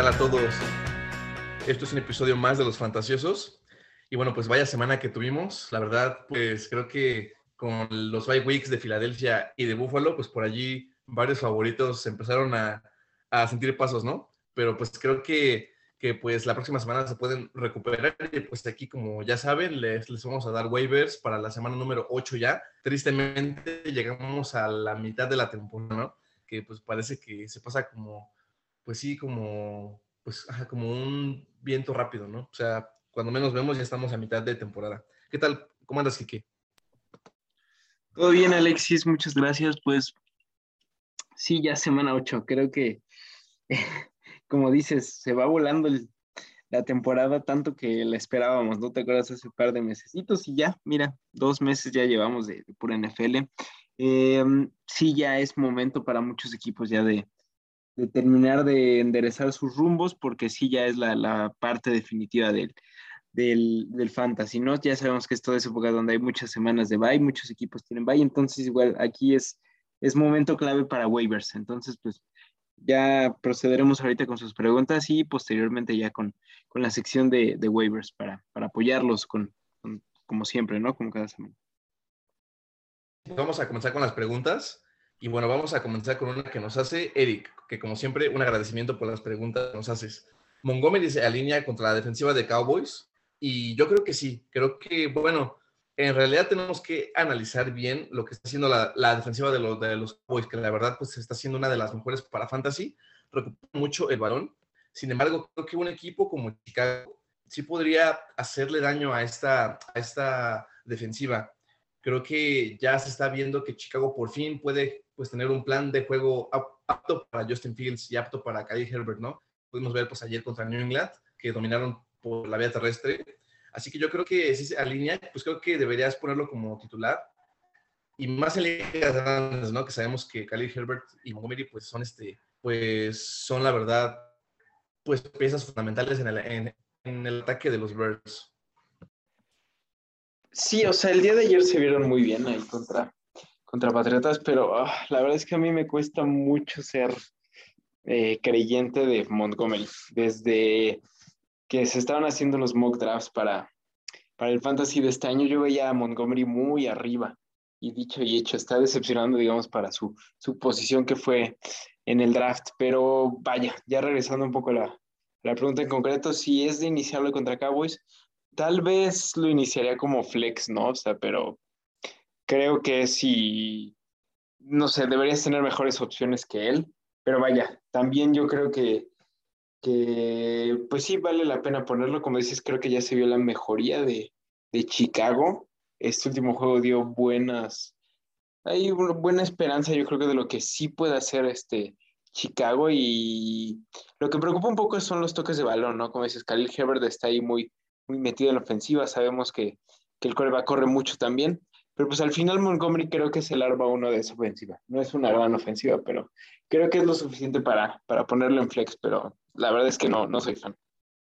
tal a todos? Esto es un episodio más de Los Fantasiosos. Y bueno, pues vaya semana que tuvimos. La verdad, pues creo que con los bye weeks de Filadelfia y de Buffalo, pues por allí varios favoritos empezaron a sentir pasos, ¿no? Pero pues creo que pues la próxima semana se pueden recuperar. Y pues aquí, como ya saben, les vamos a dar waivers para la semana número 8 ya. Tristemente llegamos a la mitad de la temporada, ¿no? Que pues parece que se pasa como, pues sí, como un viento rápido, ¿no? O sea, cuando menos vemos ya estamos a mitad de temporada. ¿Qué tal? ¿Cómo andas, Kike? Todo bien, Alexis, muchas gracias. Pues sí, ya semana 8. Creo que, como dices, se va volando la temporada tanto que la esperábamos, ¿no te acuerdas? Hace un par de mesecitos y ya, mira, 2 meses ya llevamos de pura NFL. Sí, ya es momento para muchos equipos ya de terminar de enderezar sus rumbos porque sí, ya es la parte definitiva del fantasy, ¿no? Ya sabemos que es toda esa época donde hay muchas semanas de bye, muchos equipos tienen bye, entonces igual aquí es momento clave para waivers. Entonces, pues ya procederemos ahorita con sus preguntas y posteriormente ya con la sección de waivers para apoyarlos como siempre, ¿no? Como cada semana. Vamos a comenzar con las preguntas. Y bueno, vamos a comenzar con una que nos hace Eric, que como siempre, un agradecimiento por las preguntas que nos haces. Montgomery se alinea contra la defensiva de Cowboys y yo creo que sí, creo que, bueno, en realidad tenemos que analizar bien lo que está haciendo la defensiva de los Cowboys, que la verdad pues está siendo una de las mejores para Fantasy, recupera mucho el balón. Sin embargo, creo que un equipo como Chicago sí podría hacerle daño a esta defensiva. Creo que ya se está viendo que Chicago por fin puede pues tener un plan de juego apto para Justin Fields y apto para Khalil Herbert, ¿no? Pudimos ver pues ayer contra New England que dominaron por la vía terrestre. Así que yo creo que si se alinea, pues creo que deberías ponerlo como titular y más en ligas grandes, ¿no? Que sabemos que Khalil Herbert y Montgomery pues son la verdad pues piezas fundamentales en el ataque de los Bears. Sí, o sea, el día de ayer se vieron muy bien ahí contra Patriotas, pero la verdad es que a mí me cuesta mucho ser creyente de Montgomery. Desde que se estaban haciendo los mock drafts para el fantasy de este año, yo veía a Montgomery muy arriba. Y dicho y hecho, está decepcionando, digamos, para su posición que fue en el draft. Pero vaya, ya regresando un poco a la pregunta en concreto, si es de iniciarlo contra Cowboys, tal vez lo iniciaría como flex, ¿no? O sea, pero creo que si, no sé, deberías tener mejores opciones que él. Pero vaya, también yo creo que pues sí vale la pena ponerlo. Como dices, creo que ya se vio la mejoría de Chicago. Este último juego dio hay una buena esperanza, yo creo que de lo que sí puede hacer este Chicago. Y lo que preocupa un poco son los toques de balón, ¿no? Como dices, Khalil Herbert está ahí muy metido en la ofensiva. Sabemos que el quarterback corre mucho también. Pero pues al final Montgomery creo que es el arma uno de esa ofensiva. No es una gran ofensiva, pero creo que es lo suficiente para ponerlo en flex. Pero la verdad es que no soy fan.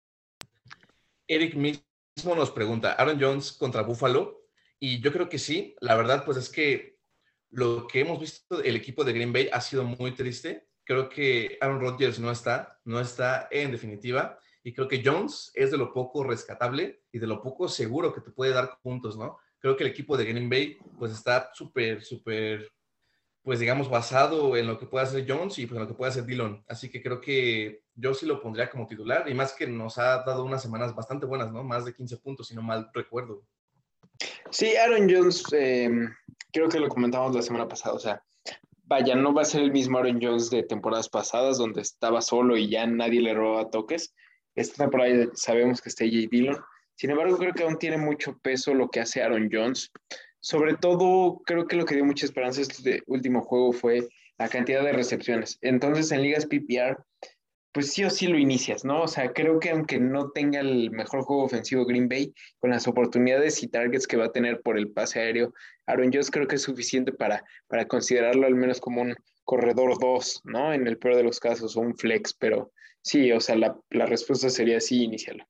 Eric mismo nos pregunta, Aaron Jones contra Buffalo, y yo creo que sí, la verdad pues es que lo que hemos visto el equipo de Green Bay ha sido muy triste. Creo que Aaron Rodgers no está en definitiva, y creo que Jones es de lo poco rescatable y de lo poco seguro que te puede dar puntos, ¿no? Creo que el equipo de Green Bay pues está súper, súper pues digamos, basado en lo que puede hacer Jones y pues en lo que puede hacer Dillon. Así que creo que yo sí lo pondría como titular y más que nos ha dado unas semanas bastante buenas, ¿no? Más de 15 puntos, si no mal recuerdo. Sí, Aaron Jones, creo que lo comentamos la semana pasada. O sea, vaya, no va a ser el mismo Aaron Jones de temporadas pasadas donde estaba solo y ya nadie le robaba toques. Esta temporada sabemos que está AJ Dillon. Sin embargo, creo que aún tiene mucho peso lo que hace Aaron Jones. Sobre todo, creo que lo que dio mucha esperanza este último juego fue la cantidad de recepciones. Entonces, en ligas PPR, pues sí o sí lo inicias, ¿no? O sea, creo que aunque no tenga el mejor juego ofensivo Green Bay, con las oportunidades y targets que va a tener por el pase aéreo, Aaron Jones creo que es suficiente para considerarlo al menos como un corredor 2, ¿no? En el peor de los casos, o un flex, pero sí, o sea, la respuesta sería sí, iniciarlo.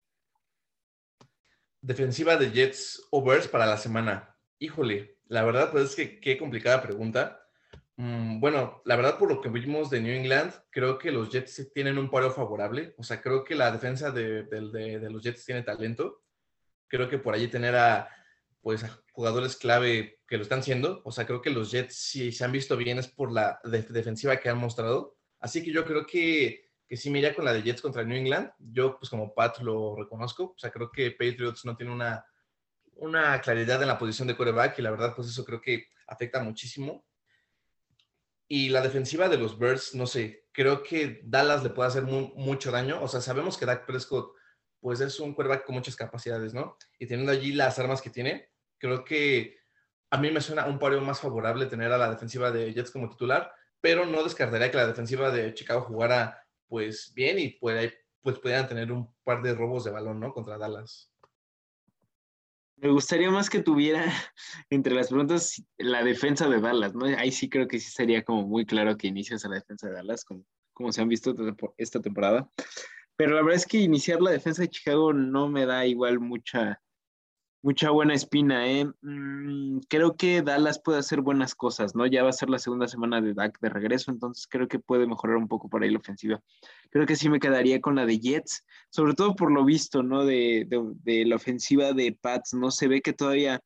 Defensiva de Jets o Bears para la semana. Híjole, la verdad pues es que qué complicada pregunta, Bueno, la verdad, por lo que vimos de New England, creo que los Jets sí tienen un pareo favorable. O sea, creo que la defensa de los Jets tiene talento. Creo que por allí tener pues, a jugadores clave que lo están siendo. O sea, creo que los Jets, si se han visto bien, es por la defensiva que han mostrado. Así que yo creo que sí me iría con la de Jets contra New England. Yo, pues como Pat, lo reconozco. O sea, creo que Patriots no tiene una claridad en la posición de quarterback y la verdad, pues eso creo que afecta muchísimo. Y la defensiva de los Bears, no sé, creo que Dallas le puede hacer mucho daño. O sea, sabemos que Dak Prescott, pues es un quarterback con muchas capacidades, ¿no? Y teniendo allí las armas que tiene, creo que a mí me suena un pareo más favorable tener a la defensiva de Jets como titular, pero no descartaría que la defensiva de Chicago jugara pues bien y pues pudieran tener un par de robos de balón, ¿no? Contra Dallas. Me gustaría más que tuviera entre las preguntas la defensa de Dallas, ¿no? Ahí sí creo que sí sería como muy claro que inicias a la defensa de Dallas, como se han visto esta temporada. Pero la verdad es que iniciar la defensa de Chicago no me da igual mucha buena espina, ¿eh? Creo que Dallas puede hacer buenas cosas, ¿no? Ya va a ser la segunda semana de Dak de regreso, entonces creo que puede mejorar un poco por ahí la ofensiva. Creo que sí me quedaría con la de Jets, sobre todo por lo visto, ¿no? De la ofensiva de Pats, ¿no? Se ve que todavía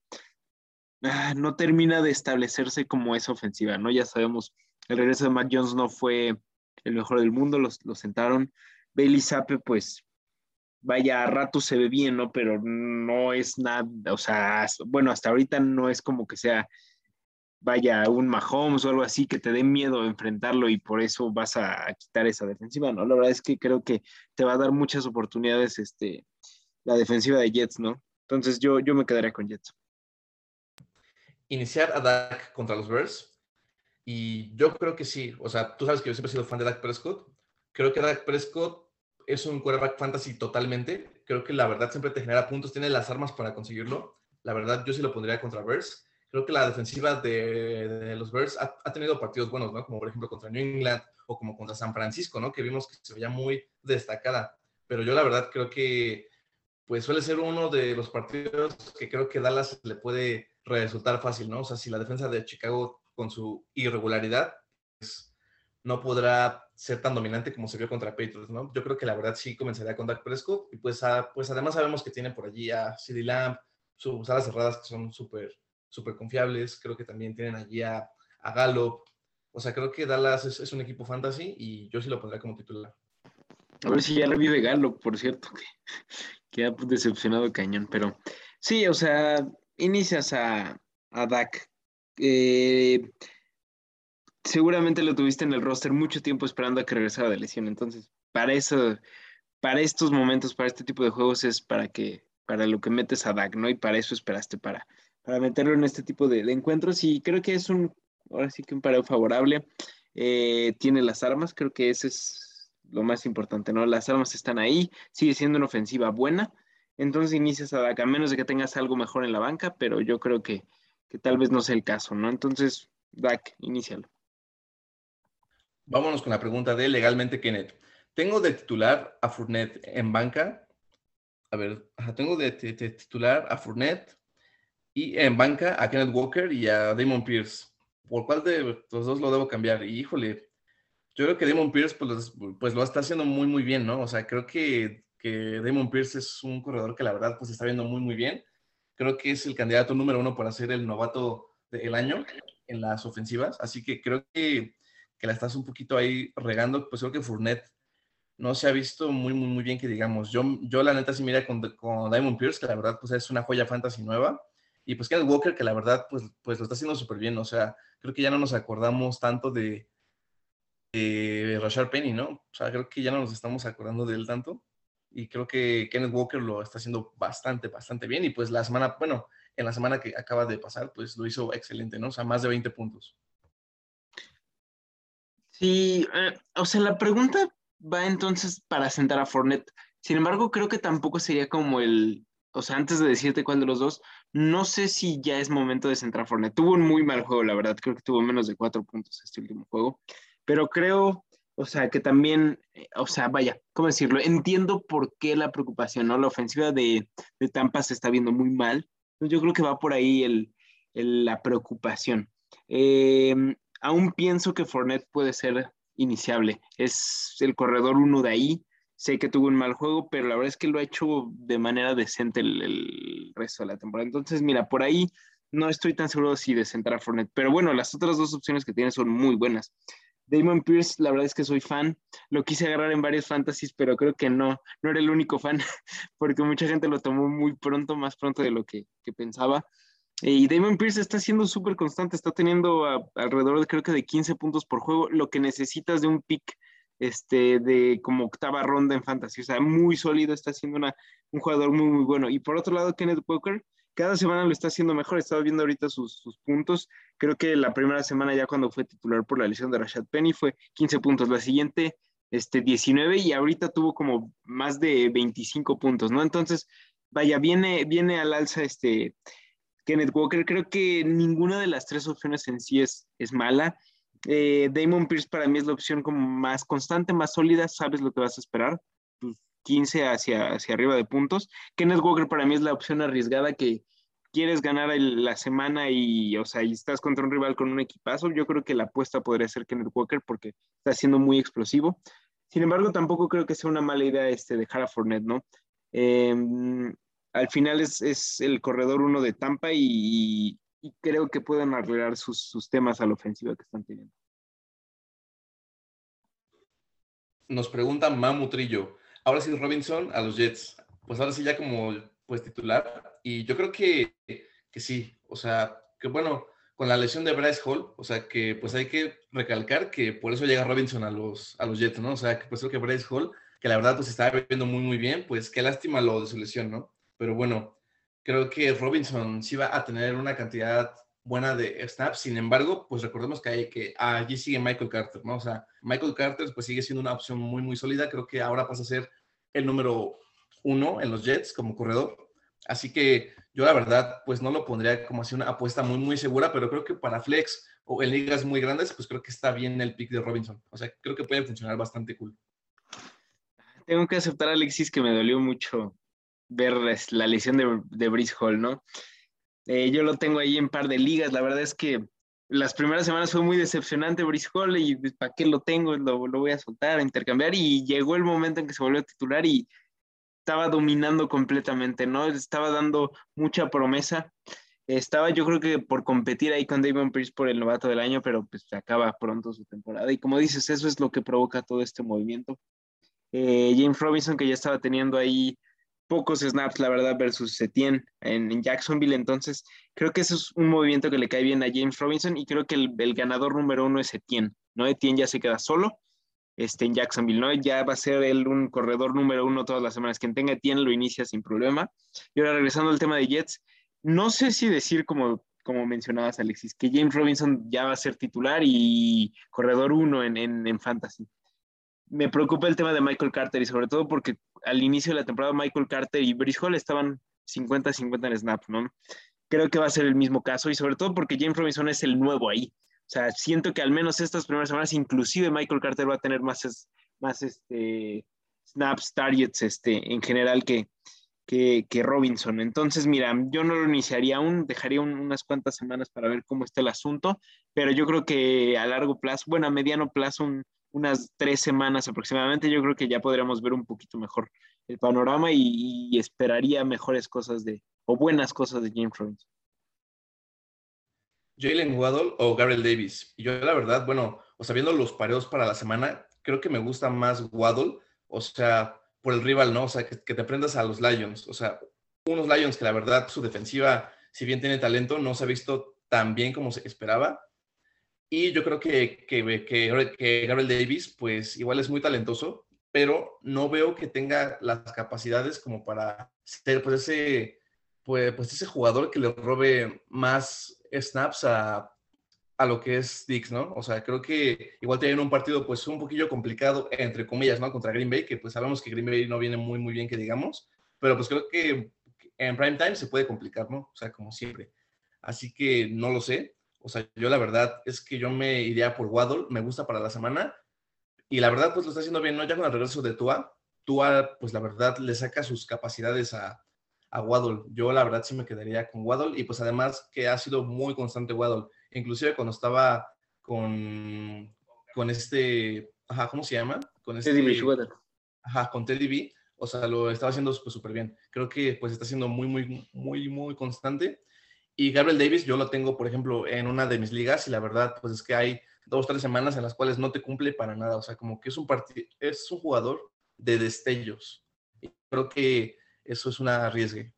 no termina de establecerse como esa ofensiva, ¿no? Ya sabemos, el regreso de Mac Jones no fue el mejor del mundo, lo sentaron. Bailey Zappe, pues vaya, a rato se ve bien, ¿no? Pero no es nada, o sea, bueno, hasta ahorita no es como que sea, vaya, un Mahomes o algo así que te dé miedo enfrentarlo y por eso vas a quitar esa defensiva, ¿no? La verdad es que creo que te va a dar muchas oportunidades la defensiva de Jets, ¿no? Entonces yo me quedaría con Jets. Iniciar a Dak contra los Bears. Y yo creo que sí. O sea, tú sabes que yo siempre he sido fan de Dak Prescott. Creo que Dak Prescott es un quarterback fantasy totalmente. Creo que la verdad siempre te genera puntos, tiene las armas para conseguirlo. La verdad, yo sí lo pondría contra Bears. Creo que la defensiva de los Bears ha tenido partidos buenos, ¿no? Como por ejemplo contra New England o como contra San Francisco, ¿no? Que vimos que se veía muy destacada. Pero yo la verdad creo que pues suele ser uno de los partidos que creo que Dallas le puede resultar fácil, ¿no? O sea, si la defensa de Chicago con su irregularidad, pues no podrá ser tan dominante como se vio contra Patriots, ¿no? Yo creo que la verdad sí comenzaría con Dak Prescott y pues además sabemos que tiene por allí a CeeDee Lamb, sus alas cerradas que son súper confiables, creo que también tienen allí a Gallup, o sea, creo que Dallas es un equipo fantasy y yo sí lo pondría como titular. A ver si ya revive Galo, por cierto, que ha decepcionado cañón, pero sí, o sea, inicias a Dak. Eh, Seguramente lo tuviste en el roster mucho tiempo esperando a que regresara de lesión. Entonces, para eso, para estos momentos, para este tipo de juegos, es para lo que metes a Dak, ¿no? Y para eso esperaste, para meterlo en este tipo de encuentros. Y creo que es ahora sí que un pareo favorable. Tiene las armas, creo que ese es lo más importante, ¿no? Las armas están ahí, sigue siendo una ofensiva buena. Entonces inicias a Dak, a menos de que tengas algo mejor en la banca, pero yo creo que tal vez no sea el caso, ¿no? Entonces, Dak, inícialo. Vámonos con la pregunta de legalmente Kenneth. Tengo de titular a Fournette en banca. A ver, tengo de titular a Fournette y en banca a Kenneth Walker y a Damon Pierce. ¿Por cuál de los dos lo debo cambiar? Y híjole, yo creo que Damon Pierce pues lo está haciendo muy bien, ¿no? O sea, creo que Damon Pierce es un corredor que la verdad pues está viendo muy bien. Creo que es el candidato número uno para ser el novato del año en las ofensivas. Así que creo que la estás un poquito ahí regando. Pues creo que Fournette no se ha visto muy bien que digamos. Yo la neta sí mira con Diamond Pierce, que la verdad pues es una joya fantasy nueva. Y pues Kenneth Walker, que la verdad pues lo está haciendo súper bien. O sea, creo que ya no nos acordamos tanto de Rashard Penny, ¿no? O sea, creo que ya no nos estamos acordando de él tanto. Y creo que Kenneth Walker lo está haciendo bastante bien. Y pues en la semana que acaba de pasar, pues lo hizo excelente, ¿no? O sea, más de 20 puntos. Sí, o sea, la pregunta va entonces para sentar a Fournette. Sin embargo, creo que tampoco sería como o sea, antes de decirte cuál de los dos, no sé si ya es momento de sentar a Fournette. Tuvo un muy mal juego, la verdad, creo que tuvo menos de 4 puntos este último juego, pero creo, o sea, que también, o sea, vaya, ¿cómo decirlo? Entiendo por qué la preocupación, ¿no? La ofensiva de Tampa se está viendo muy mal. Entonces, yo creo que va por ahí la preocupación. aún pienso que Fournette puede ser iniciable. Es el corredor uno de ahí. Sé que tuvo un mal juego, pero la verdad es que lo ha hecho de manera decente el resto de la temporada. Entonces, mira, por ahí no estoy tan seguro si de sentar a Fournette. Pero bueno, las otras dos opciones que tiene son muy buenas. Damon Pierce, la verdad es que soy fan. Lo quise agarrar en varios fantasies, pero creo que no era el único fan, porque mucha gente lo tomó muy pronto, más pronto de lo que pensaba. Y Damon Pierce está siendo súper constante, está teniendo alrededor de creo que de 15 puntos por juego, lo que necesitas de un pick de como octava ronda en fantasy, o sea, muy sólido, está siendo un jugador muy, muy bueno. Y por otro lado, Kenneth Walker, cada semana lo está haciendo mejor, estaba viendo ahorita sus puntos, creo que la primera semana ya cuando fue titular por la lesión de Rashad Penny fue 15 puntos, la siguiente 19 y ahorita tuvo como más de 25 puntos, ¿no? Entonces, vaya, viene al alza Kenneth Walker. Creo que ninguna de las tres opciones en sí es mala. Damon Pierce para mí es la opción como más constante, más sólida, sabes lo que vas a esperar, pues 15 hacia arriba de puntos. Kenneth Walker para mí es la opción arriesgada que quieres ganar la semana y, o sea, y estás contra un rival con un equipazo. Yo creo que la apuesta podría ser Kenneth Walker porque está siendo muy explosivo. Sin embargo, tampoco creo que sea una mala idea dejar a Fournette, ¿no? Eh, Al final es el corredor uno de Tampa y creo que pueden arreglar sus temas a la ofensiva que están teniendo. Nos pregunta Mamu Trillo. Ahora sí Robinson a los Jets. Pues ahora sí ya como pues titular. Y yo creo que sí. O sea, que bueno, con la lesión de Bryce Hall, o sea que pues hay que recalcar que por eso llega Robinson a los Jets, ¿no? O sea, que pues creo que Bryce Hall, que la verdad pues estaba viendo muy muy bien, pues qué lástima lo de su lesión, ¿no? Pero bueno, creo que Robinson sí va a tener una cantidad buena de snaps. Sin embargo, pues recordemos que allí sigue Michael Carter, ¿no? O sea, Michael Carter pues sigue siendo una opción muy, muy sólida. Creo que ahora pasa a ser el número uno en los Jets como corredor. Así que yo la verdad pues no lo pondría como así una apuesta muy, muy segura, pero creo que para flex o en ligas muy grandes, pues creo que está bien el pick de Robinson. O sea, creo que puede funcionar bastante cool. Tengo que aceptar, Alexis, que me dolió mucho ver la lesión de Bryce Hall, ¿no? Yo lo tengo ahí en par de ligas. La verdad es que las primeras semanas fue muy decepcionante Bryce Hall y pues, ¿para qué lo tengo? Lo voy a soltar, a intercambiar y llegó el momento en que se volvió a titular y estaba dominando completamente, ¿no? Estaba dando mucha promesa. Estaba yo creo que por competir ahí con Damon Pierce por el novato del año, pero pues se acaba pronto su temporada. Y como dices, eso es lo que provoca todo este movimiento. James Robinson, que ya estaba teniendo ahí pocos snaps, la verdad, versus Etienne en Jacksonville. Entonces, creo que eso es un movimiento que le cae bien a James Robinson y creo que el ganador número uno es Etienne, ¿no? Etienne ya se queda solo en Jacksonville, ¿no? Ya va a ser él un corredor número uno todas las semanas. Quien tenga Etienne lo inicia sin problema. Y ahora regresando al tema de Jets, no sé si decir como mencionabas, Alexis, que James Robinson ya va a ser titular y corredor uno en Fantasy. Me preocupa el tema de Michael Carter y sobre todo porque al inicio de la temporada Michael Carter y Bryce Hall estaban 50-50 en snap, ¿no? Creo que va a ser el mismo caso y sobre todo porque James Robinson es el nuevo ahí. O sea, siento que al menos estas primeras semanas inclusive Michael Carter va a tener más snaps, targets en general que Robinson. Entonces, mira, yo no lo iniciaría aún, dejaría unas cuantas semanas para ver cómo está el asunto, pero yo creo que a largo plazo, bueno, a mediano plazo, unas 3 semanas aproximadamente, yo creo que ya podríamos ver un poquito mejor el panorama y esperaría mejores cosas o buenas cosas de James Robinson. Jalen Waddle o Gabriel Davis. Y yo, la verdad, bueno, o sea, viendo los pareos para la semana, creo que me gusta más Waddle, o sea, por el rival, ¿no? O sea, que te prendas a los Lions. O sea, unos Lions que la verdad su defensiva, si bien tiene talento, no se ha visto tan bien como se esperaba. Y yo creo que Gabriel Davis, pues igual es muy talentoso, pero no veo que tenga las capacidades como para ser pues ese jugador que le robe más snaps a lo que es Dix, ¿no? O sea, creo que igual tienen un partido pues un poquillo complicado, entre comillas, ¿no? Contra Green Bay, que pues sabemos que Green Bay no viene muy, muy bien, que digamos, pero pues creo que en prime time se puede complicar, ¿no? O sea, como siempre. Así que no lo sé. O sea, yo la verdad es que yo me iría por Waddle, me gusta para la semana, y la verdad pues lo está haciendo bien, ¿no? Ya con el regreso de Tua pues la verdad le saca sus capacidades a Waddle. Yo la verdad sí me quedaría con Waddle, y pues además que ha sido muy constante Waddle. Inclusive cuando estaba con, con este, ajá, ¿cómo se llama? Con Teddy este, Bridgewater. ajá, con Teddy B, o sea, lo estaba haciendo pues súper bien. Creo que pues está siendo muy constante. Y Gabriel Davis, yo lo tengo, por ejemplo, en una de mis ligas y la verdad, pues es que hay 2 o 3 semanas en las cuales no te cumple para nada. O sea, como que es un jugador de destellos. Y creo que eso es una arriesgue.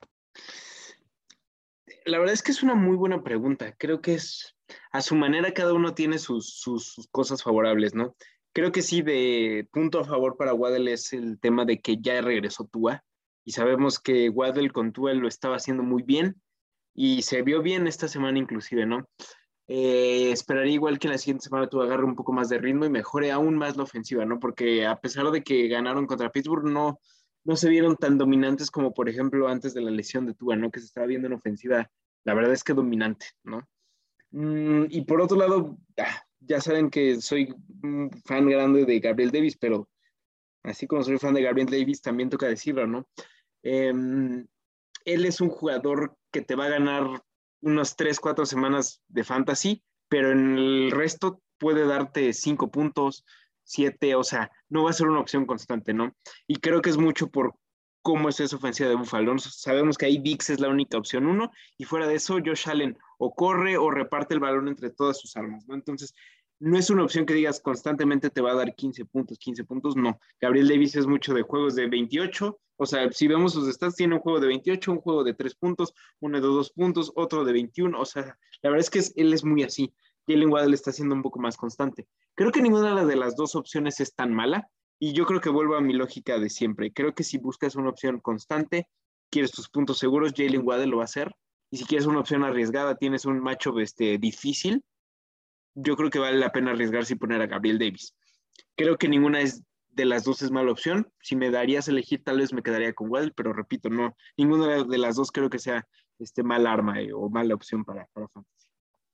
La verdad es que es una muy buena pregunta. Creo que es, a su manera, cada uno tiene sus cosas favorables, ¿no? Creo que sí, de punto a favor para Waddle es el tema de que ya regresó Tua y sabemos que Waddle con Tua lo estaba haciendo muy bien y se vio bien esta semana inclusive, ¿no? Esperaría igual que la siguiente semana Tua agarre un poco más de ritmo y mejore aún más la ofensiva, ¿no? Porque a pesar de que ganaron contra Pittsburgh, no se vieron tan dominantes como, por ejemplo, antes de la lesión de Tua, ¿no? Que se estaba viendo en ofensiva, la verdad es que dominante, ¿no? Y por otro lado, ya saben que soy un fan grande de Gabriel Davis, pero así como soy fan de Gabriel Davis, también toca decirlo, ¿no? Eh, Él es un jugador que te va a ganar unas 3 4 semanas de fantasy, pero en el resto puede darte 5 puntos, 7, o sea, no va a ser una opción constante, ¿no? Y creo que es mucho por cómo es esa ofensiva de Buffalo. Sabemos que ahí Dix es la única opción uno, y fuera de eso, Josh Allen o corre o reparte el balón entre todas sus armas, ¿no? Entonces, no es una opción que digas constantemente te va a dar 15 puntos, no. Gabriel Davis es mucho de juegos de 28, o sea, si vemos sus stats, tiene un juego de 28, un juego de 3 puntos, uno de 2 puntos, otro de 21, o sea, la verdad es que él es muy así. Jalen Waddle está siendo un poco más constante. Creo que ninguna de las dos opciones es tan mala y yo creo que vuelvo a mi lógica de siempre. Creo que si buscas una opción constante, quieres tus puntos seguros, Jalen Waddle lo va a hacer. Y si quieres una opción arriesgada, tienes un macho difícil, yo creo que vale la pena arriesgarse y poner a Gabriel Davis. Creo que ninguna de las dos es mala opción. Si me darías a elegir, tal vez me quedaría con Waddle, pero repito, no, ninguna de las dos creo que sea mala arma o mala opción para Fantasy.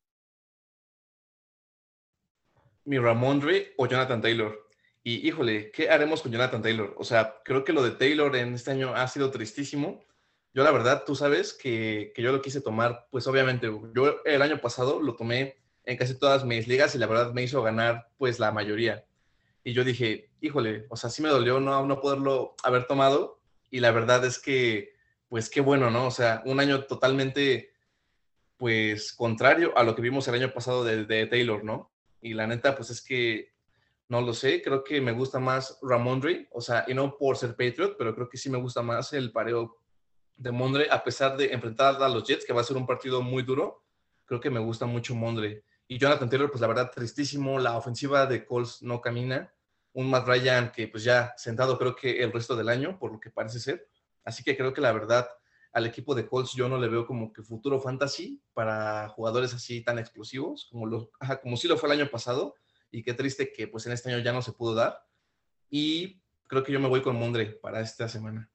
Mi Ramondre o Jonathan Taylor. Y híjole, ¿qué haremos con Jonathan Taylor? O sea, creo que lo de Taylor en este año ha sido tristísimo. Yo la verdad, tú sabes que yo lo quise tomar, pues obviamente, yo el año pasado lo tomé en casi todas mis ligas y la verdad me hizo ganar pues la mayoría. Y yo dije, híjole, o sea, sí me dolió no poderlo haber tomado y la verdad es que, pues qué bueno, ¿no? O sea, un año totalmente pues contrario a lo que vimos el año pasado de Taylor, ¿no? Y la neta, pues es que no lo sé, creo que me gusta más Ramondre, o sea, y no por ser Patriot, pero creo que sí me gusta más el pareo de Mondre, a pesar de enfrentar a los Jets, que va a ser un partido muy duro, creo que me gusta mucho Mondre. Y Jonathan Taylor, pues la verdad, tristísimo, la ofensiva de Colts no camina, un Matt Ryan que pues ya sentado creo que el resto del año, por lo que parece ser, así que creo que la verdad al equipo de Colts yo no le veo como que futuro fantasy para jugadores así tan explosivos como sí lo fue el año pasado, y qué triste que pues en este año ya no se pudo dar. Y creo que yo me voy con Mondre para esta semana.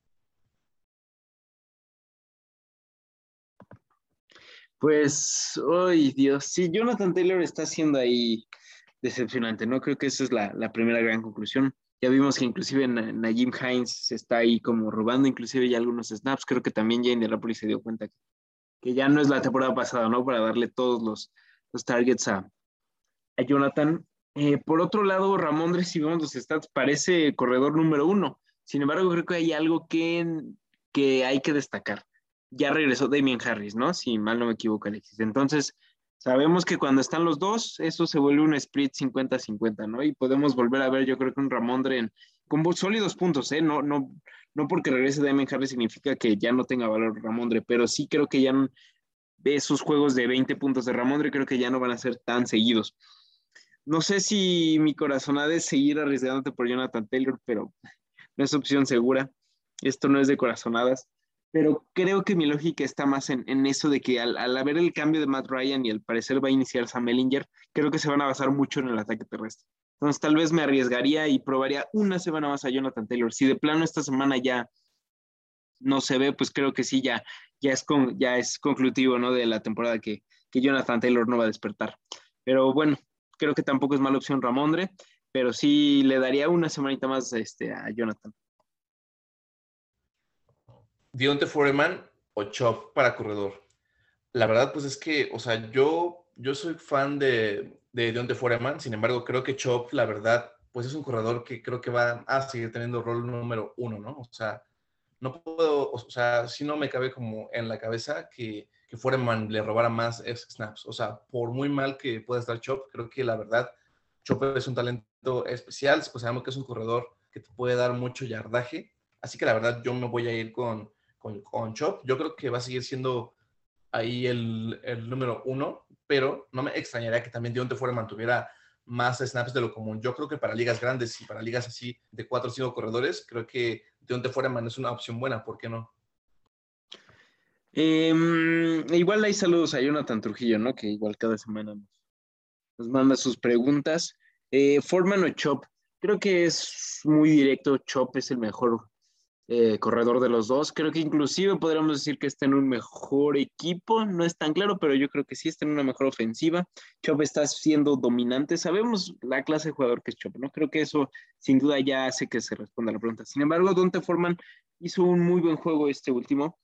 Pues, ay Dios, sí, Jonathan Taylor está siendo ahí decepcionante, ¿no? Creo que esa es la primera gran conclusión. Ya vimos que inclusive Najim Hines se está ahí como robando inclusive ya algunos snaps. Creo que también Jay Indianapolis se dio cuenta que ya no es la temporada pasada, ¿no? Para darle todos los targets a Jonathan. Por otro lado, Ramondre, si vemos los stats, parece corredor número uno. Sin embargo, creo que hay algo que hay que destacar. Ya regresó Damian Harris, ¿no? Si mal no me equivoco, Alexis. Entonces, sabemos que cuando están los dos, eso se vuelve un split 50-50, ¿no? Y podemos volver a ver, yo creo que un Ramondre con sólidos puntos, ¿eh? No porque regrese Damian Harris significa que ya no tenga valor Ramondre, pero sí creo que ya de esos juegos de 20 puntos de Ramondre, creo que ya no van a ser tan seguidos. No sé si mi corazonada es seguir arriesgándote por Jonathan Taylor, pero no es opción segura. Esto no es de corazonadas. Pero creo que mi lógica está más en eso de que al haber el cambio de Matt Ryan y al parecer va a iniciar Sam Ellinger, creo que se van a basar mucho en el ataque terrestre. Entonces tal vez me arriesgaría y probaría una semana más a Jonathan Taylor. Si de plano esta semana ya no se ve, pues creo que sí, ya es conclutivo, ¿no? De la temporada que Jonathan Taylor no va a despertar. Pero bueno, creo que tampoco es mala opción Ramondre, pero sí le daría una semanita más a Jonathan. Dionte Foreman o Chop para corredor. La verdad, pues es que, o sea, yo soy fan de Dionte Foreman. Sin embargo, creo que Chop, la verdad, pues es un corredor que creo que va a seguir teniendo rol número 1, ¿no? O sea, no puedo, o sea, si no me cabe como en la cabeza que Foreman le robara más snaps. O sea, por muy mal que pueda estar Chop, creo que la verdad, Chop es un talento especial, pues sabemos que es un corredor que te puede dar mucho yardaje. Así que la verdad, yo me voy a ir con Chop. Yo creo que va a seguir siendo ahí el número 1, pero no me extrañaría que también Dionte Foreman mantuviera más snaps de lo común. Yo creo que para ligas grandes y para ligas así de 4 o 5 corredores, creo que Dionte Foreman es una opción buena, ¿por qué no? Igual hay saludos a Jonathan Trujillo, ¿no? Que igual cada semana nos manda sus preguntas. Foreman o Chop, creo que es muy directo. Chop es el mejor corredor de los dos. Creo que inclusive podríamos decir que está en un mejor equipo. No es tan claro, pero yo creo que sí está en una mejor ofensiva. Chop está siendo dominante. Sabemos la clase de jugador que es Chop, ¿no? Creo que eso sin duda ya hace que se responda a la pregunta. Sin embargo, Dante Foreman hizo un muy buen juego este último.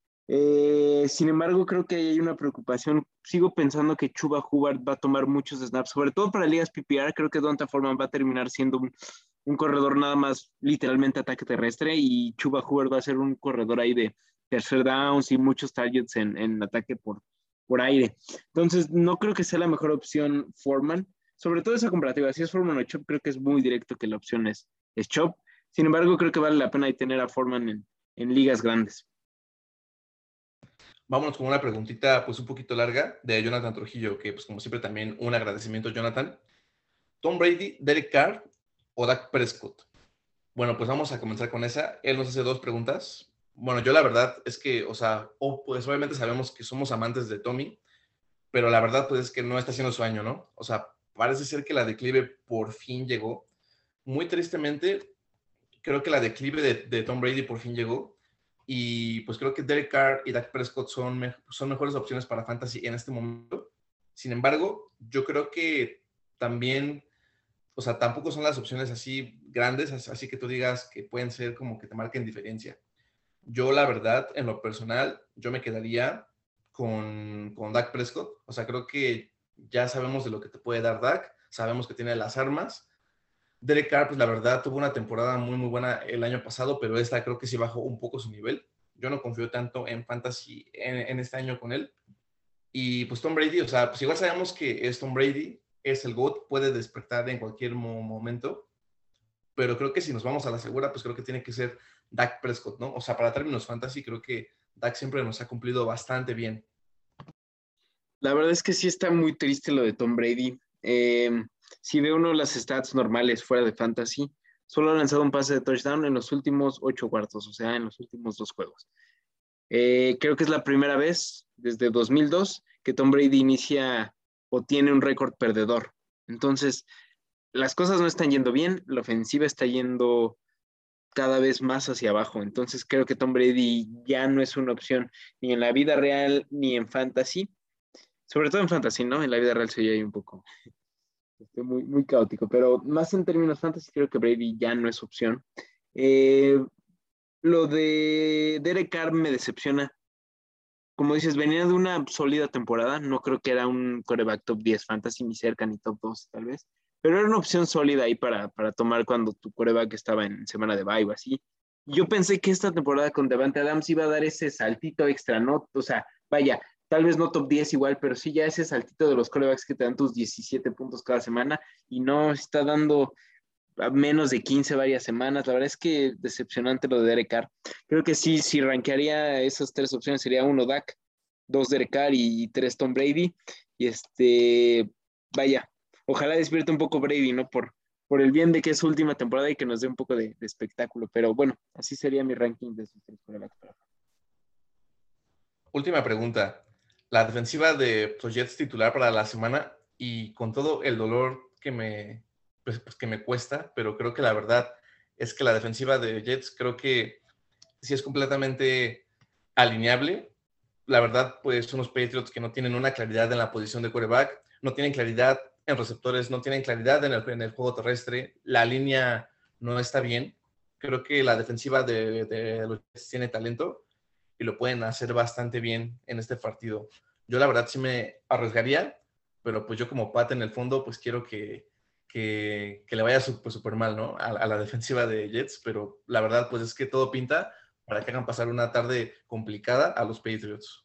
Sin embargo, creo que hay una preocupación. Sigo pensando que Chuba Hubbard va a tomar muchos snaps, sobre todo para ligas PPR. Creo que Donta Foreman va a terminar siendo un corredor nada más literalmente ataque terrestre y Chuba Hubbard va a ser un corredor ahí de tercer downs y muchos targets en ataque por aire. Entonces, no creo que sea la mejor opción Foreman. Sobre todo esa comparativa, si es Foreman o Chop, creo que es muy directo que la opción es Chop. Sin embargo, creo que vale la pena ahí tener a Foreman en ligas grandes. Vámonos con una preguntita pues un poquito larga de Jonathan Trujillo, que pues como siempre también un agradecimiento, Jonathan. Tom Brady, Derek Carr o Dak Prescott. Bueno, pues vamos a comenzar con esa. Él nos hace 2 preguntas. Bueno, yo la verdad es que, o sea, pues obviamente sabemos que somos amantes de Tommy, pero la verdad pues es que no está haciendo su año, ¿no? O sea, parece ser que la declive por fin llegó. Muy tristemente, creo que la declive de Tom Brady por fin llegó y pues creo que Derek Carr y Dak Prescott son mejores opciones para Fantasy en este momento. Sin embargo, yo creo que también, o sea, tampoco son las opciones así grandes, así que tú digas que pueden ser como que te marquen diferencia. Yo, la verdad, en lo personal, yo me quedaría con Dak Prescott. O sea, creo que ya sabemos de lo que te puede dar Dak, sabemos que tiene las armas. Derek Carr, pues la verdad, tuvo una temporada muy, muy buena el año pasado, pero esta creo que sí bajó un poco su nivel. Yo no confío tanto en Fantasy en este año con él. Y pues Tom Brady, o sea, pues igual sabemos que es Tom Brady, es el GOAT, puede despertar en cualquier momento, pero creo que si nos vamos a la segura, pues creo que tiene que ser Dak Prescott, ¿no? O sea, para términos fantasy, creo que Dak siempre nos ha cumplido bastante bien. La verdad es que sí está muy triste lo de Tom Brady. Si ve uno las stats normales fuera de fantasy, solo ha lanzado un pase de touchdown en los últimos 8 cuartos, o sea, en los últimos 2 juegos. Creo que es la primera vez desde 2002 que Tom Brady inicia o tiene un récord perdedor. Entonces, las cosas no están yendo bien, la ofensiva está yendo cada vez más hacia abajo. Entonces, creo que Tom Brady ya no es una opción ni en la vida real ni en fantasy. Sobre todo en fantasy, ¿no? En la vida real sería ahí un poco muy, muy caótico, pero más en términos fantasy creo que Brady ya no es opción. Eh, lo de Derek Carr me decepciona. Como dices, venía de una sólida temporada, no creo que era un quarterback top 10 fantasy, ni cerca, ni top 2 tal vez, pero era una opción sólida ahí para tomar cuando tu quarterback estaba en semana de bye o así. Yo pensé que esta temporada con Davante Adams iba a dar ese saltito extra, ¿no? O sea, vaya, tal vez no top 10 igual, pero sí ya ese saltito de los quarterbacks que te dan tus 17 puntos cada semana y no está dando a menos de 15 varias semanas. La verdad es que decepcionante lo de Derek Carr. Creo que sí, si rankearía esas 3 opciones sería 1 Dak, 2 Derek Carr y 3 Tom Brady. Y vaya, ojalá despierte un poco Brady, ¿no? Por el bien de que es su última temporada y que nos dé un poco de espectáculo. Pero bueno, así sería mi ranking de esos 3 quarterbacks. Última pregunta. La defensiva de los Jets titular para la semana y con todo el dolor pues que me cuesta, pero creo que la verdad es que la defensiva de Jets creo que sí es completamente alineable. La verdad, pues son los Patriots que no tienen una claridad en la posición de quarterback, no tienen claridad en receptores, no tienen claridad en el juego terrestre, la línea no está bien. Creo que la defensiva de los Jets tiene talento y lo pueden hacer bastante bien en este partido. Yo la verdad sí me arriesgaría, pero pues yo como Pat en el fondo, pues quiero que le vaya súper mal, ¿no? A la defensiva de Jets, pero la verdad, pues es que todo pinta para que hagan pasar una tarde complicada a los Patriots.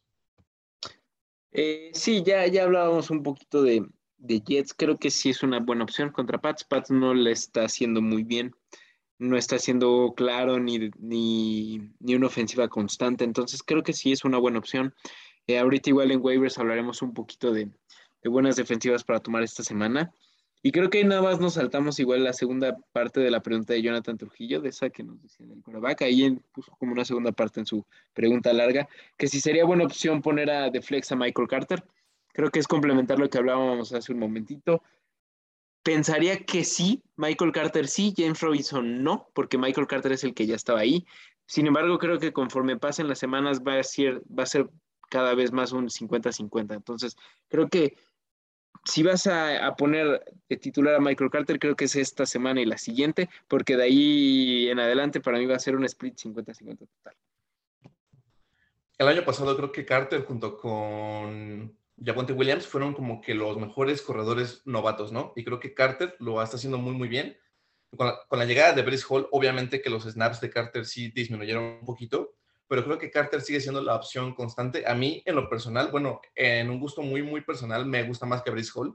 Sí, ya hablábamos un poquito de Jets. Creo que sí es una buena opción contra Pats. Pats no le está haciendo muy bien. No está siendo claro ni una ofensiva constante. Entonces creo que sí es una buena opción. Ahorita igual en waivers hablaremos un poquito de buenas defensivas para tomar esta semana. Y creo que nada más nos saltamos igual la segunda parte de la pregunta de Jonathan Trujillo, de esa que nos decía del quarterback. Ahí puso como una segunda parte en su pregunta larga, que si sería buena opción poner de flex a Michael Carter. Creo que es complementar lo que hablábamos hace un momentito. Pensaría que sí, Michael Carter sí, James Robinson no, porque Michael Carter es el que ya estaba ahí. Sin embargo, creo que conforme pasen las semanas va a ser cada vez más un 50-50. Entonces, creo que si vas a poner de titular a Michael Carter, creo que es esta semana y la siguiente, porque de ahí en adelante para mí va a ser un split 50-50 total. El año pasado creo que Carter junto con Javonte Williams fueron como que los mejores corredores novatos, ¿no? Y creo que Carter lo está haciendo muy bien. Con la llegada de Breece Hall, obviamente que los snaps de Carter sí disminuyeron un poquito, pero creo que Carter sigue siendo la opción constante. A mí, en lo personal, bueno, en un gusto muy personal, me gusta más que Breece Hall.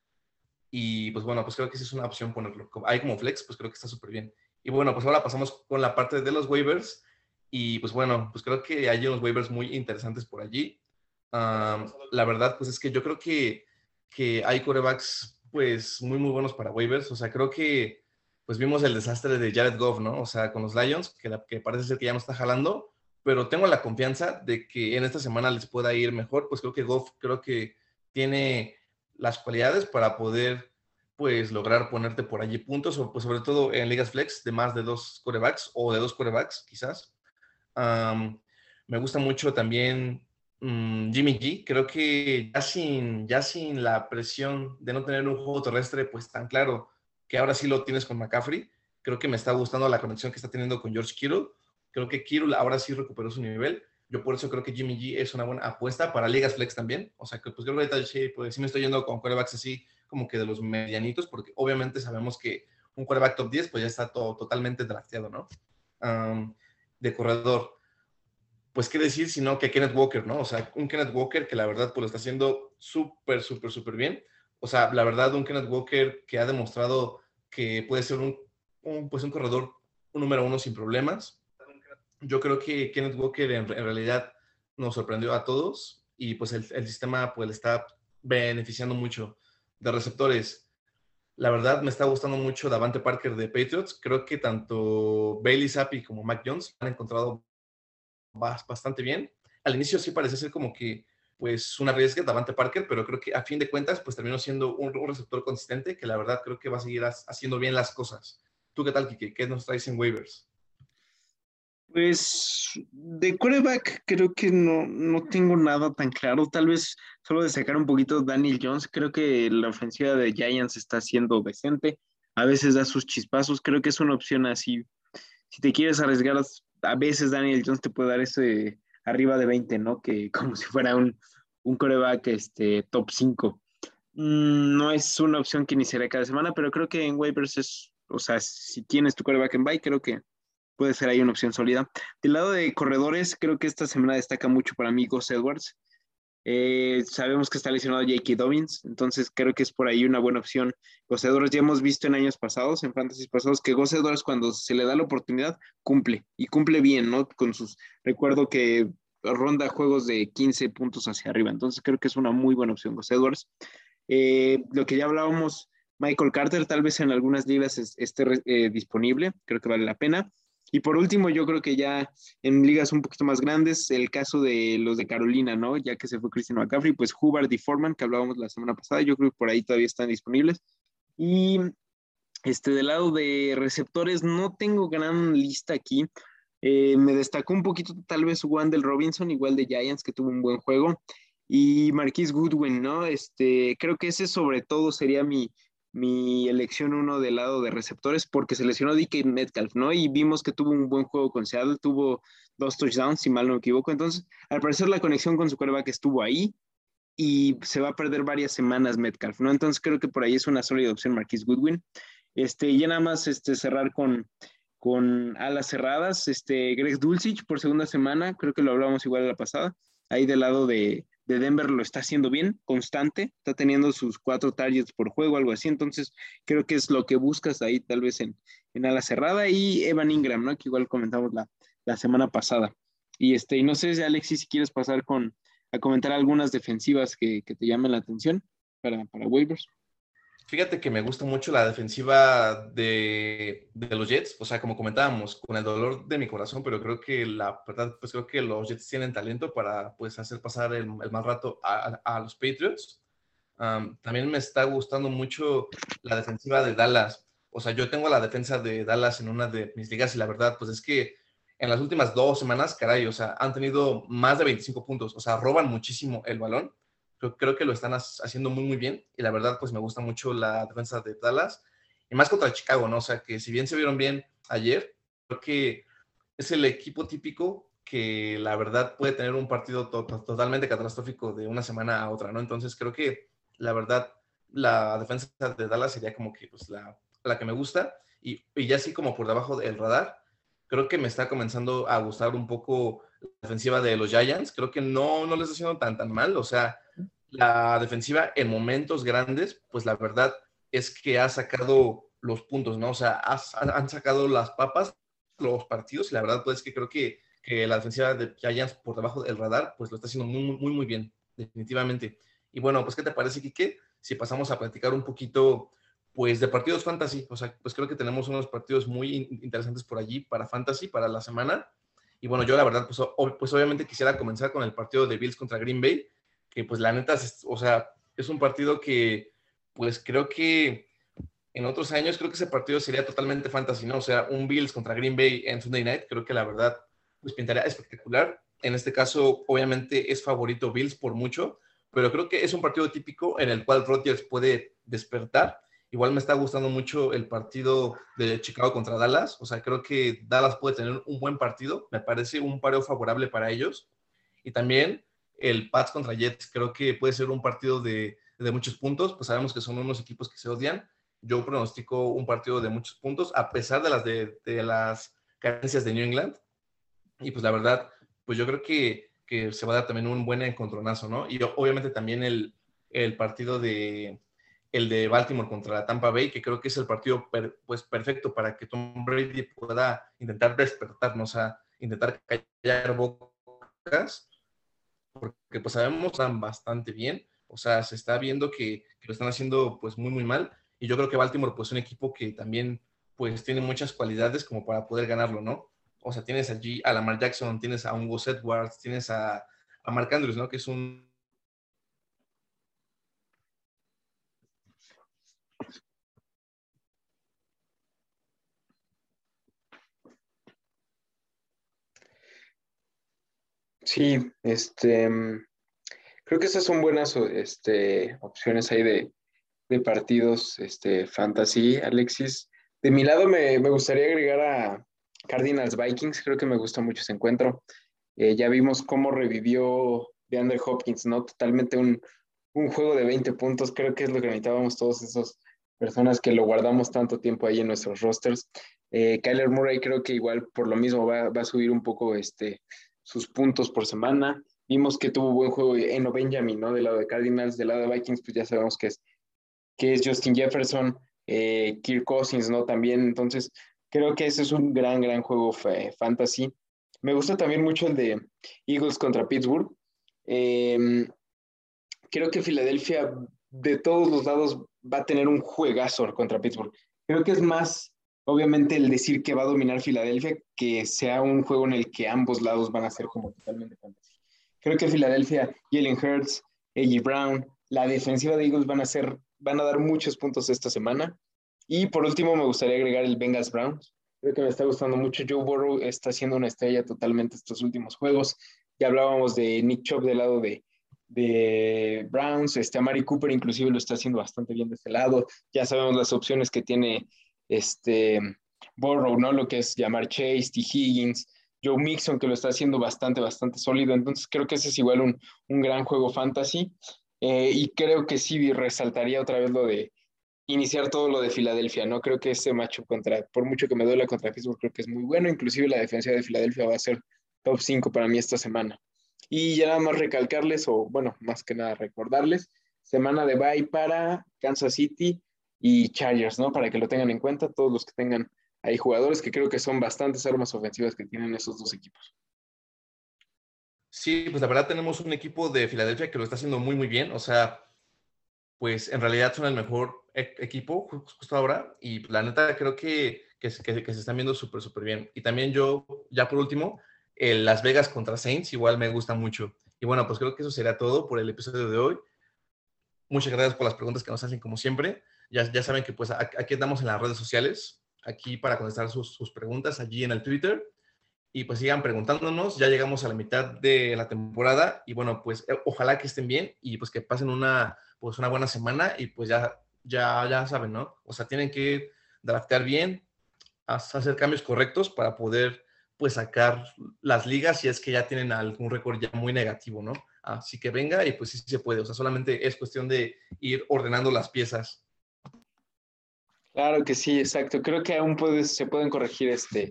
Y pues bueno, pues creo que sí es una opción ponerlo. Hay como flex, pues creo que está súper bien. Y bueno, pues ahora pasamos con la parte de los waivers. Y pues bueno, pues creo que hay unos waivers muy interesantes por allí. La verdad, pues es que yo creo que hay corebacks pues muy buenos para waivers. O sea, creo que pues vimos el desastre de Jared Goff, ¿no? O sea, con los Lions, que parece ser que ya no está jalando, pero tengo la confianza de que en esta semana les pueda ir mejor. Pues creo que Goff, creo que tiene las cualidades para poder pues lograr ponerte por allí puntos, o pues sobre todo en ligas flex de más de 2 corebacks o de 2 corebacks quizás. Um, Me gusta mucho también Jimmy G. Creo que ya sin la presión de no tener un juego terrestre pues tan claro, que ahora sí lo tienes con McCaffrey, creo que me está gustando la conexión que está teniendo con George Kittle. Creo que Kittle ahora sí recuperó su nivel. Yo por eso creo que Jimmy G es una buena apuesta para ligas flex también. O sea que pues creo que ahorita sí, pues, sí me estoy yendo con quarterbacks así como que de los medianitos, porque obviamente sabemos que un quarterback top 10 pues ya está totalmente drafteado, ¿no? De corredor, pues qué decir, sino que Kenneth Walker, ¿no? O sea, un Kenneth Walker que la verdad pues lo está haciendo súper bien. O sea, la verdad, un Kenneth Walker que ha demostrado que puede ser pues un corredor un número 1 sin problemas. Yo creo que Kenneth Walker en realidad nos sorprendió a todos y pues el sistema pues le está beneficiando mucho de receptores. La verdad me está gustando mucho Davante Parker de Patriots. Creo que tanto Bailey Zappi como Mac Jones han encontrado bastante bien. Al inicio sí parece ser como que pues una riesga Davante Parker, pero creo que a fin de cuentas pues terminó siendo un receptor consistente que la verdad creo que va a seguir haciendo bien las cosas. ¿Tú qué tal, Kike? ¿Qué nos traes en waivers? Pues de quarterback creo que no tengo nada tan claro. Tal vez solo de sacar un poquito Daniel Jones. Creo que la ofensiva de Giants está siendo decente. A veces da sus chispazos. Creo que es una opción así. Si te quieres arriesgar, a veces Daniel Jones te puede dar ese arriba de 20, ¿no? Que como si fuera un quarterback top 5. No es una opción que iniciaré cada semana, pero creo que en waivers o sea, si tienes tu quarterback en bye, creo que puede ser ahí una opción sólida. Del lado de corredores, creo que esta semana destaca mucho para mí Gus Edwards. Sabemos que está lesionado J.K. Dobbins, entonces creo que es por ahí una buena opción. Gus Edwards ya hemos visto en años pasados, en fantasies pasados, que Gus Edwards cuando se le da la oportunidad, cumple, y cumple bien, ¿no? Recuerdo que ronda juegos de 15 puntos hacia arriba, entonces creo que es una muy buena opción Gus Edwards. Lo que ya hablábamos, Michael Carter tal vez en algunas ligas esté disponible, creo que vale la pena. Y por último, yo creo que ya en ligas un poquito más grandes, el caso de los de Carolina, ¿no? Ya que se fue Christian McCaffrey, pues Hubbard y Foreman, que hablábamos la semana pasada, yo creo que por ahí todavía están disponibles. Y del lado de receptores, no tengo gran lista aquí. Me destacó un poquito tal vez Wandel Robinson, igual de Giants, que tuvo un buen juego. Y Marquise Goodwin, ¿no? Creo que ese sobre todo sería mi elección uno del lado de receptores, porque se lesionó DK Metcalf, ¿no? Y vimos que tuvo un buen juego con Seattle, tuvo 2 touchdowns, si mal no me equivoco. Entonces, al parecer la conexión con su quarterback estuvo ahí. y se va a perder varias semanas Metcalf, ¿no? Entonces creo que por ahí es una sólida opción Marquise Goodwin. Y ya nada más cerrar con alas cerradas, Greg Dulcich por segunda semana, creo que lo hablábamos igual la pasada, ahí del lado de Denver lo está haciendo bien, constante, está teniendo sus 4 targets por juego, algo así, entonces creo que es lo que buscas ahí tal vez en ala cerrada, y Evan Ingram, ¿no? Que igual comentamos la semana pasada. Y no sé, Alexis, si quieres pasar a comentar algunas defensivas que te llamen la atención para waivers. Fíjate que me gusta mucho la defensiva de los Jets, o sea, como comentábamos, con el dolor de mi corazón, pero creo que la verdad, pues creo que los Jets tienen talento para pues hacer pasar el mal rato a los Patriots. También me está gustando mucho la defensiva de Dallas. O sea, yo tengo la defensa de Dallas en una de mis ligas y la verdad, pues es que en las últimas 2 semanas, caray, o sea, han tenido más de 25 puntos, o sea, roban muchísimo el balón. Creo que lo están haciendo muy, muy bien y la verdad, pues me gusta mucho la defensa de Dallas y más contra Chicago, ¿no? O sea, que si bien se vieron bien ayer, creo que es el equipo típico que la verdad puede tener un partido totalmente catastrófico de una semana a otra, ¿no? Entonces creo que la verdad la defensa de Dallas sería como que pues, la que me gusta y ya así como por debajo del radar, creo que me está comenzando a gustar un poco la defensiva de los Giants, creo que no les está haciendo tan mal, o sea, la defensiva en momentos grandes, pues la verdad es que ha sacado los puntos, ¿no? O sea, han sacado las papas los partidos y la verdad pues es que creo que la defensiva de Giants por debajo del radar pues lo está haciendo muy, muy, muy bien, definitivamente. Y bueno, pues ¿qué te parece, Quique? Si pasamos a platicar un poquito pues de partidos fantasy, o sea, pues creo que tenemos unos partidos muy interesantes por allí para fantasy, para la semana. Y bueno, yo la verdad, pues obviamente quisiera comenzar con el partido de Bills contra Green Bay, que pues la neta, o sea, es un partido que pues creo que en otros años creo que ese partido sería totalmente fantasy, ¿no? O sea, un Bills contra Green Bay en Sunday Night, creo que la verdad pues pintaría espectacular. En este caso, obviamente es favorito Bills por mucho, pero creo que es un partido típico en el cual Rodgers puede despertar. Igual me está gustando mucho el partido de Chicago contra Dallas, o sea, creo que Dallas puede tener un buen partido, me parece un paro favorable para ellos. Y también el Pats contra Jets, creo que puede ser un partido de muchos puntos, pues sabemos que son unos equipos que se odian. Yo pronostico un partido de muchos puntos, a pesar de las carencias de New England. Y pues la verdad, pues yo creo que se va a dar también un buen encontronazo, ¿no? Y obviamente también el partido el de Baltimore contra la Tampa Bay, que creo que es el partido pues perfecto para que Tom Brady pueda intentar despertar, ¿no? O sea, intentar callar bocas, porque pues sabemos que están bastante bien, o sea, se está viendo que lo están haciendo pues muy, muy mal, y yo creo que Baltimore pues es un equipo que también pues tiene muchas cualidades como para poder ganarlo, ¿no? O sea, tienes allí a Lamar Jackson, tienes a un Gus Edwards, tienes a Mark Andrews, ¿no? Que es un... Sí, creo que esas son buenas opciones ahí de partidos fantasy, Alexis. De mi lado me gustaría agregar a Cardinals Vikings, creo que me gusta mucho ese encuentro. Ya vimos cómo revivió DeAndre Hopkins, ¿no? Totalmente un juego de 20 puntos, creo que es lo que necesitábamos todos esos personas que lo guardamos tanto tiempo ahí en nuestros rosters. Kyler Murray creo que igual por lo mismo va a subir un poco sus puntos por semana. Vimos que tuvo buen juego Eno Benjamin, ¿no? Del lado de Cardinals, del lado de Vikings, pues ya sabemos que es Justin Jefferson, Kirk Cousins, ¿no? También, entonces, creo que ese es un gran juego fantasy. Me gusta también mucho el de Eagles contra Pittsburgh. Eh, Creo que Filadelfia, de todos los lados, va a tener un juegazo contra Pittsburgh. Creo que es más, obviamente, el decir que va a dominar Filadelfia que sea un juego en el que ambos lados van a ser como totalmente fantasy. Creo que Filadelfia, Jalen Hurts, A.J. Brown, la defensiva de Eagles van a dar muchos puntos esta semana. Y por último, me gustaría agregar el Bengals Browns. Creo que me está gustando mucho. Joe Burrow está siendo una estrella totalmente estos últimos juegos. Ya hablábamos de Nick Chubb del lado de Browns, Amari Cooper inclusive lo está haciendo bastante bien de este lado. Ya sabemos las opciones que tiene Burrow, ¿no? Lo que es llamar Chase, T. Higgins, Joe Mixon, que lo está haciendo bastante sólido. Entonces creo que ese es igual un gran juego fantasy. Y creo que sí resaltaría otra vez lo de iniciar todo lo de Filadelfia, ¿no? Creo que ese matchup por mucho que me duela contra Pittsburgh, creo que es muy bueno. Inclusive la defensa de Filadelfia va a ser top 5 para mí esta semana. Y ya nada más recalcarles, o bueno, más que nada recordarles, semana de bye para Kansas City y Chargers, ¿no? Para que lo tengan en cuenta todos los que tengan ahí jugadores, que creo que son bastantes armas ofensivas que tienen esos dos equipos. Sí, pues la verdad tenemos un equipo de Filadelfia que lo está haciendo muy, muy bien. O sea, pues en realidad son el mejor equipo justo ahora. Y la neta creo que se están viendo súper, súper bien. Y también yo, ya por último, el Las Vegas contra Saints igual me gusta mucho. Y bueno, pues creo que eso sería todo por el episodio de hoy. Muchas gracias por las preguntas que nos hacen como siempre. Ya saben que pues aquí andamos en las redes sociales, aquí para contestar sus preguntas, allí en el Twitter. Y pues sigan preguntándonos, ya llegamos a la mitad de la temporada y bueno, pues ojalá que estén bien y pues que pasen pues una buena semana y pues ya saben, ¿no? O sea, tienen que draftear bien, hacer cambios correctos para poder pues sacar las ligas si es que ya tienen algún récord ya muy negativo, ¿no? Así que venga y pues sí se puede, o sea, solamente es cuestión de ir ordenando las piezas. Claro que sí, exacto. Creo que aún se pueden corregir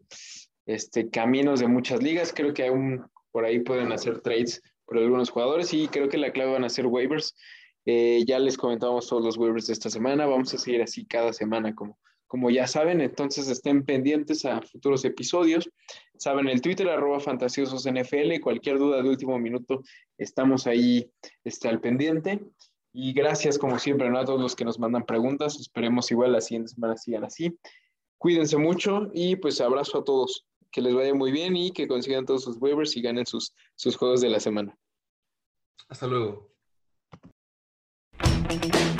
caminos de muchas ligas. Creo que aún por ahí pueden hacer trades por algunos jugadores y creo que la clave van a ser waivers. Ya les comentábamos todos los waivers de esta semana. Vamos a seguir así cada semana, como ya saben. Entonces estén pendientes a futuros episodios. Saben el Twitter, @fantasiosos_NFL. Cualquier duda de último minuto, estamos ahí al pendiente. Y gracias, como siempre, ¿no? A todos los que nos mandan preguntas. Esperemos igual la siguiente semana sigan así. Cuídense mucho y pues abrazo a todos. Que les vaya muy bien y que consigan todos sus waivers y ganen sus juegos de la semana. Hasta luego.